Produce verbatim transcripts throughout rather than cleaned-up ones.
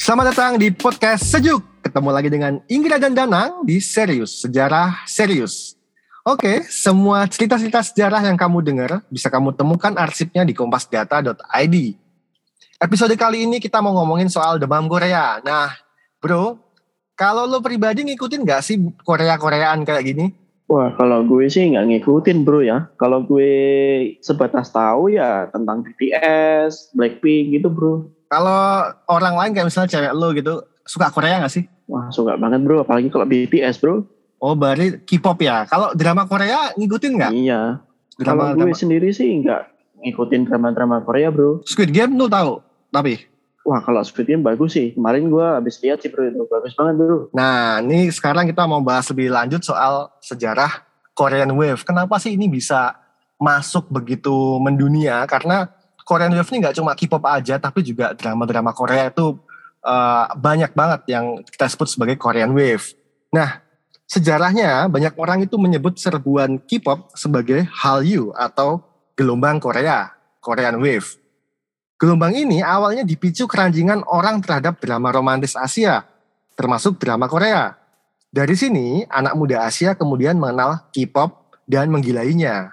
Selamat datang di podcast Sejuk. Ketemu lagi dengan Ingrid dan Danang di Serius, Sejarah Serius. Oke, semua cerita-cerita sejarah yang kamu dengar bisa kamu temukan arsipnya di kompas data dot i d. Episode kali ini kita mau ngomongin soal demam Korea. Nah, bro, kalau lo pribadi ngikutin gak sih Korea-Koreaan kayak gini? Wah, kalau gue sih nggak ngikutin bro ya. Kalau gue sebatas tahu ya tentang B T S, Blackpink gitu bro. Kalau orang lain kayak misalnya cewek lo gitu, suka Korea gak sih? Wah, suka banget bro, apalagi kalau B T S bro. Oh, berarti K-pop ya. Kalau drama Korea ngikutin gak? Iya. Drama, Kalau gue drama. sendiri sih nggak ngikutin drama-drama Korea bro. Squid Game lo tahu? Tapi Wah, kalau Squid Game bagus sih. Kemarin gue habis lihat sih bro, itu bagus banget bro. Nah, ini sekarang kita mau bahas lebih lanjut soal sejarah Korean Wave. Kenapa sih ini bisa masuk begitu mendunia? Karena Korean Wave ini gak cuma K-pop aja, tapi juga drama-drama Korea itu uh, banyak banget yang kita sebut sebagai Korean Wave. Nah, sejarahnya banyak orang itu menyebut serbuan K-pop sebagai Hallyu atau gelombang Korea, Korean Wave. Gelombang ini awalnya dipicu keranjingan orang terhadap drama romantis Asia, termasuk drama Korea. Dari sini, anak muda Asia kemudian mengenal K-pop dan menggilainya.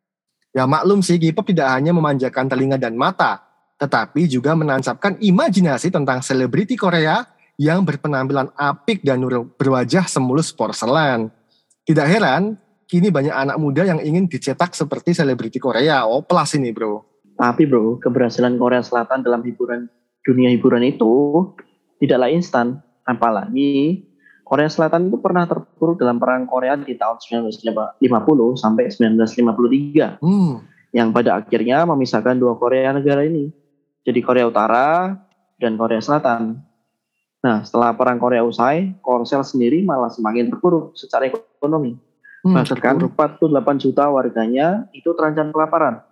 Ya maklum sih, K-pop tidak hanya memanjakan telinga dan mata, tetapi juga menancapkan imajinasi tentang selebriti Korea yang berpenampilan apik dan berwajah semulus porselen. Tidak heran, kini banyak anak muda yang ingin dicetak seperti selebriti Korea. Oh, plus ini bro. Tapi bro, keberhasilan Korea Selatan dalam hiburan dunia hiburan itu tidaklah instan. Apalagi Korea Selatan itu pernah terpuruk dalam perang Korea di tahun sembilan belas lima puluh sampai sembilan belas lima puluh tiga. Hmm. Yang pada akhirnya memisahkan dua Korea negara ini. Jadi Korea Utara dan Korea Selatan. Nah, setelah perang Korea usai, Korsel sendiri malah semakin terpuruk secara ekonomi. Hmm, Bahkan empat puluh delapan juta warganya itu terancam kelaparan.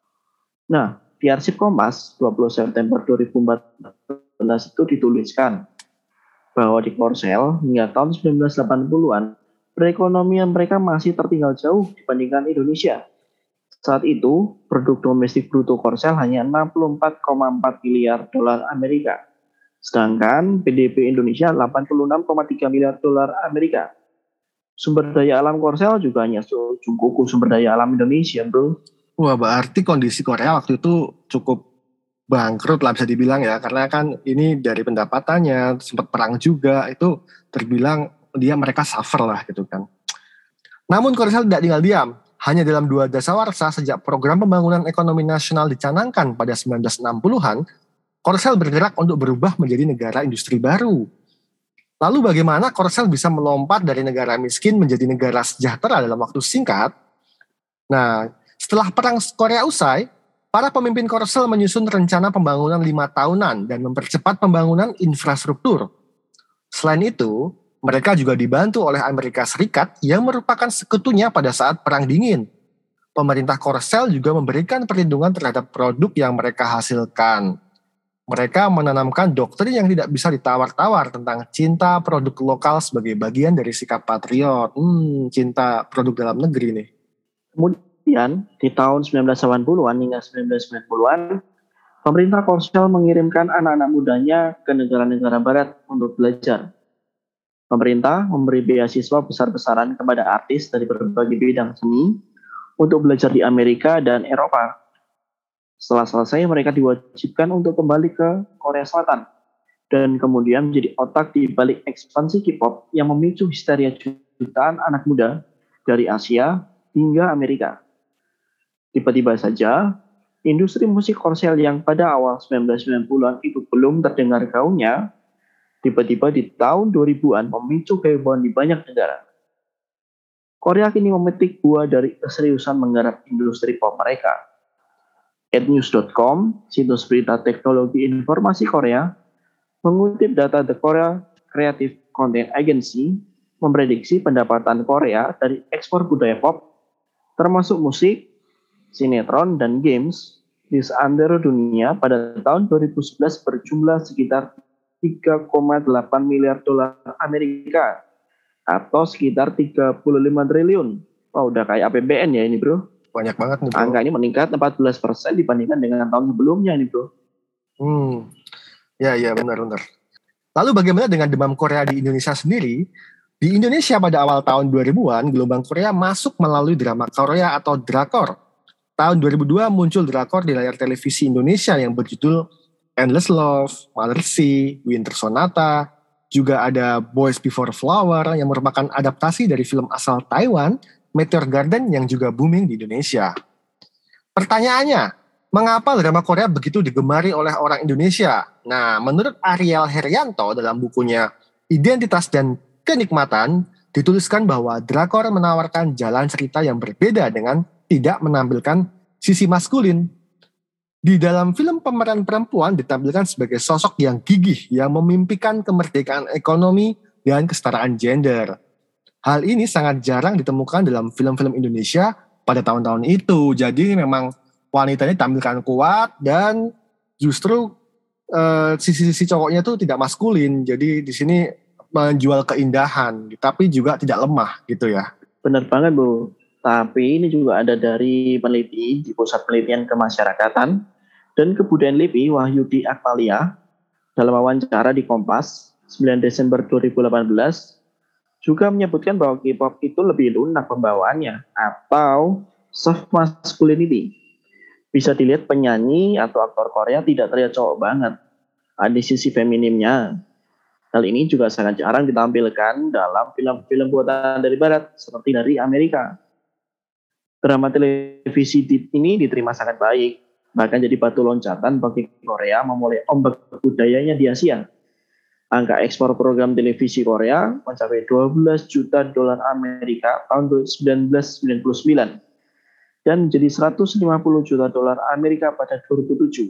Nah, di arsip Kompas dua puluh September dua ribu empat belas itu dituliskan bahwa di Korsel hingga tahun sembilan belas delapan puluhan perekonomian mereka masih tertinggal jauh dibandingkan Indonesia. Saat itu, produk domestik bruto Korsel hanya enam puluh empat koma empat miliar dolar Amerika. Sedangkan P D B Indonesia delapan puluh enam koma tiga miliar dolar Amerika. Sumber daya alam Korsel juga hanya seujung kuku sumber daya alam Indonesia, bro. Wah, berarti kondisi Korea waktu itu cukup bangkrut lah bisa dibilang ya, karena kan ini dari pendapatannya sempat perang juga, itu terbilang dia mereka suffer lah gitu kan. Namun Korsel tidak tinggal diam. Hanya dalam dua dasawarsa sejak program pembangunan ekonomi nasional dicanangkan pada sembilan belas enam puluhan, Korsel bergerak untuk berubah menjadi negara industri baru. Lalu bagaimana Korsel bisa melompat dari negara miskin menjadi negara sejahtera dalam waktu singkat? Nah, setelah perang Korea usai, para pemimpin Korsel menyusun rencana pembangunan lima tahunan dan mempercepat pembangunan infrastruktur. Selain itu, mereka juga dibantu oleh Amerika Serikat yang merupakan sekutunya pada saat Perang Dingin. Pemerintah Korsel juga memberikan perlindungan terhadap produk yang mereka hasilkan. Mereka menanamkan doktrin yang tidak bisa ditawar-tawar tentang cinta produk lokal sebagai bagian dari sikap patriot. Hmm, cinta produk dalam negeri nih. Kemudian, di tahun sembilan belas delapan puluhan hingga sembilan belas sembilan puluhan, pemerintah Korsel mengirimkan anak-anak mudanya ke negara-negara barat untuk belajar. Pemerintah memberi beasiswa besar-besaran kepada artis dari berbagai bidang seni untuk belajar di Amerika dan Eropa. Setelah selesai, mereka diwajibkan untuk kembali ke Korea Selatan dan kemudian menjadi otak di balik ekspansi K-pop yang memicu histeria jutaan anak muda dari Asia hingga Amerika. Tiba-tiba saja, industri musik Korsel yang pada awal sembilan belas sembilan puluhan itu belum terdengar gaungnya, tiba-tiba di tahun dua ribuan memicu kehebohan di banyak negara. Korea kini memetik buah dari keseriusan menggarap industri pop mereka. Ednews dot com, situs berita teknologi informasi Korea, mengutip data The Korea Creative Content Agency, memprediksi pendapatan Korea dari ekspor budaya pop, termasuk musik, sinetron, dan games, di seantero dunia pada tahun dua ribu sebelas berjumlah sekitar tiga koma delapan miliar dolar Amerika, atau sekitar tiga puluh lima triliun. Wah, udah kayak A P B N ya ini bro. Banyak banget nih bro. Angka ini meningkat empat belas persen dibandingkan dengan tahun sebelumnya ini bro. Hmm, ya ya benar-benar. Lalu bagaimana dengan demam Korea di Indonesia sendiri? Di Indonesia pada awal tahun dua ribuan, gelombang Korea masuk melalui drama Korea atau drakor. Tahun dua ribu dua muncul drakor di layar televisi Indonesia yang berjudul Endless Love, Mothercy, Winter Sonata, juga ada Boys Before Flower yang merupakan adaptasi dari film asal Taiwan, Meteor Garden yang juga booming di Indonesia. Pertanyaannya, mengapa drama Korea begitu digemari oleh orang Indonesia? Nah, menurut Ariel Herianto dalam bukunya Identitas dan Kenikmatan, dituliskan bahwa drakor menawarkan jalan cerita yang berbeda dengan tidak menampilkan sisi maskulin. Di dalam film pemeran perempuan ditampilkan sebagai sosok yang gigih yang memimpikan kemerdekaan ekonomi dan kesetaraan gender. Hal ini sangat jarang ditemukan dalam film-film Indonesia pada tahun-tahun itu. Jadi memang wanitanya ditampilkan kuat dan justru uh, sisi-sisi cowoknya itu tidak maskulin. Jadi di sini menjual keindahan, tapi juga tidak lemah gitu ya. Benar banget Bu. Tapi ini juga ada dari peneliti di Pusat Penelitian Kemasyarakatan dan Kebudayaan L I P I Wahyudi Akmalia dalam wawancara di Kompas sembilan Desember dua ribu delapan belas juga menyebutkan bahwa K-pop itu lebih lunak pembawaannya atau soft masculinity. Bisa dilihat penyanyi atau aktor Korea tidak terlihat cowok banget. Ada sisi feminimnya. Hal ini juga sangat jarang ditampilkan dalam film-film buatan dari Barat seperti dari Amerika. Drama televisi ini diterima sangat baik, bahkan jadi batu loncatan bagi Korea memulai ombak budayanya di Asia. Angka ekspor program televisi Korea mencapai dua belas juta dolar Amerika tahun seribu sembilan ratus sembilan puluh sembilan dan menjadi seratus lima puluh juta dolar Amerika pada dua ribu tujuh.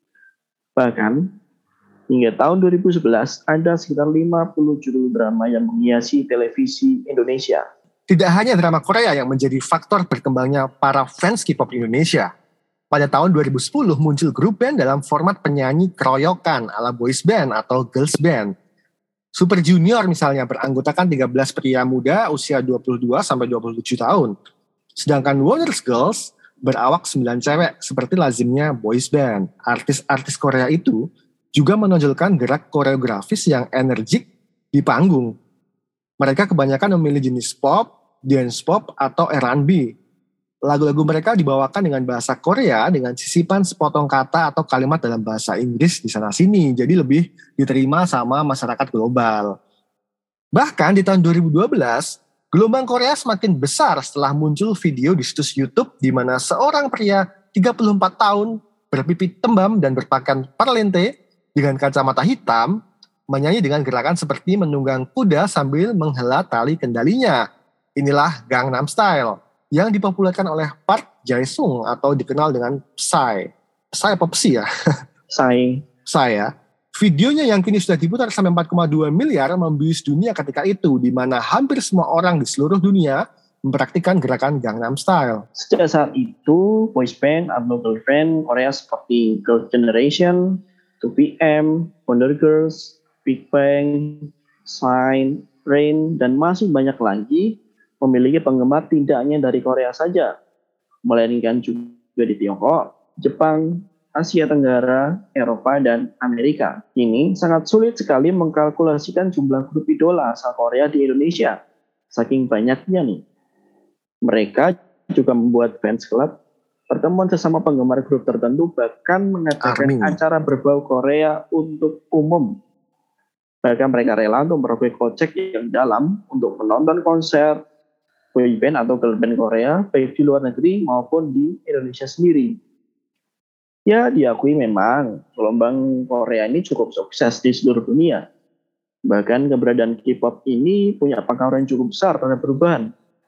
Bahkan hingga tahun dua ribu sebelas ada sekitar lima puluh judul drama yang menghiasi televisi Indonesia. Tidak hanya drama Korea yang menjadi faktor berkembangnya para fans K-pop Indonesia. Pada tahun dua ribu sepuluh muncul grup band dalam format penyanyi keroyokan ala boys band atau girls band. Super Junior misalnya beranggotakan tiga belas pria muda usia dua puluh dua sampai dua puluh tujuh tahun. Sedangkan Wonders Girls berawak sembilan cewek seperti lazimnya boys band. Artis-artis Korea itu juga menonjolkan gerak koreografis yang energik di panggung. Mereka kebanyakan memilih jenis pop, dance pop, atau R and B. Lagu-lagu mereka dibawakan dengan bahasa Korea dengan sisipan sepotong kata atau kalimat dalam bahasa Inggris di sana-sini. Jadi lebih diterima sama masyarakat global. Bahkan di tahun dua ribu dua belas, gelombang Korea semakin besar setelah muncul video di situs YouTube di mana seorang pria tiga puluh empat tahun berpipi tembam dan berpakaian parlente dengan kacamata hitam menyanyi dengan gerakan seperti menunggang kuda sambil menghela tali kendalinya. Inilah Gangnam Style yang dipopulerkan oleh Park Jae-sung atau dikenal dengan Psy. Psy apa Psy ya? Psy. Psy ya. Videonya yang kini sudah diputar sampai empat koma dua miliar membius dunia ketika itu, di mana hampir semua orang di seluruh dunia mempraktikkan gerakan Gangnam Style. Sejak saat itu, boys band atau girl band Korea seperti Girls' Generation, two P M, Wonder Girls, Big Bang, Shine, Rain, dan masih banyak lagi memiliki penggemar tidak hanya dari Korea saja, melainkan juga di Tiongkok, Jepang, Asia Tenggara, Eropa, dan Amerika. Ini sangat sulit sekali mengkalkulasikan jumlah grup idola asal Korea di Indonesia. Saking banyaknya nih. Mereka juga membuat fans club, pertemuan sesama penggemar grup tertentu, bahkan mengadakan Army. acara berbau Korea untuk umum. Bahkan mereka rela untuk merogoh kocek yang dalam untuk menonton konser boy band atau girl band Korea, baik di luar negeri maupun di Indonesia sendiri. Ya, diakui memang gelombang Korea ini cukup sukses di seluruh dunia. Bahkan keberadaan K-pop ini punya pengaruh yang cukup besar terhadap perubahan.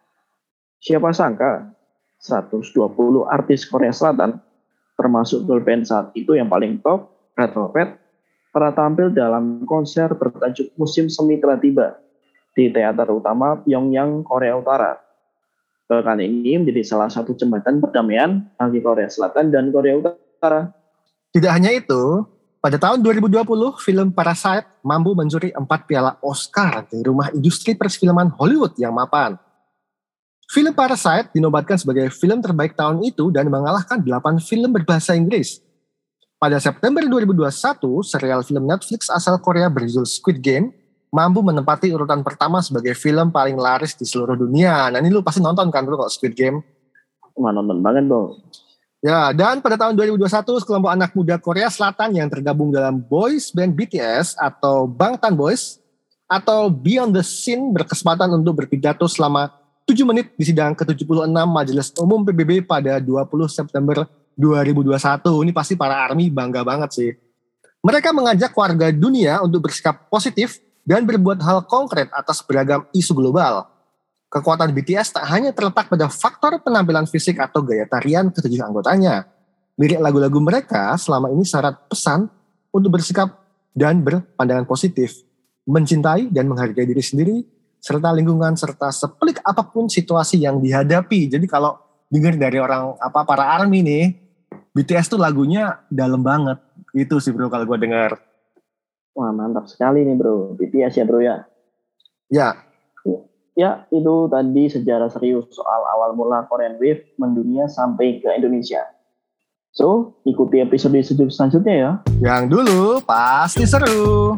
Siapa sangka seratus dua puluh artis Korea Selatan, termasuk girl band saat itu yang paling top, Red Velvet, pernah tampil dalam konser bertajuk Musim Semi Telah Tiba di teater utama Pyongyang, Korea Utara. Bahkan ini menjadi salah satu jembatan perdamaian bagi Korea Selatan dan Korea Utara. Tidak hanya itu, pada tahun dua ribu dua puluh, film Parasite mampu mencuri empat piala Oscar di rumah industri perfilman Hollywood yang mapan. Film Parasite dinobatkan sebagai film terbaik tahun itu dan mengalahkan delapan film berbahasa Inggris. Pada September dua ribu dua puluh satu, serial film Netflix asal Korea berjudul Squid Game mampu menempati urutan pertama sebagai film paling laris di seluruh dunia. Nah ini lu pasti nonton kan bro kalau Squid Game? Wah nonton banget bro. Ya, dan pada tahun dua ribu dua puluh satu, sekelompok anak muda Korea Selatan yang tergabung dalam boys band B T S atau Bangtan Boys atau Beyond the Scene berkesempatan untuk berpidato selama tujuh menit di sidang ke tujuh puluh enam Majelis Umum P B B pada dua puluh September dua ribu dua puluh satu. Ini pasti para ARMY bangga banget sih. Mereka mengajak warga dunia untuk bersikap positif dan berbuat hal konkret atas beragam isu global. Kekuatan B T S tak hanya terletak pada faktor penampilan fisik atau gaya tarian ketujuh anggotanya. Lirik lagu-lagu mereka selama ini syarat pesan untuk bersikap dan berpandangan positif, mencintai dan menghargai diri sendiri, serta lingkungan, serta sepelik apapun situasi yang dihadapi. Jadi kalau dengar dari orang apa para ARMY nih, B T S tuh lagunya dalam banget. Itu sih bro kalau gue dengar. Wah mantap sekali nih bro, B T S ya bro ya. Ya. Ya itu tadi sejarah serius soal awal mula Korean Wave mendunia sampai ke Indonesia. So ikuti episode selanjutnya ya. Yang dulu pasti seru.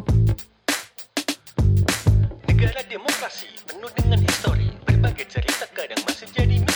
Negara demokrasi penuh dengan histori, berbagai cerita kadang masih jadi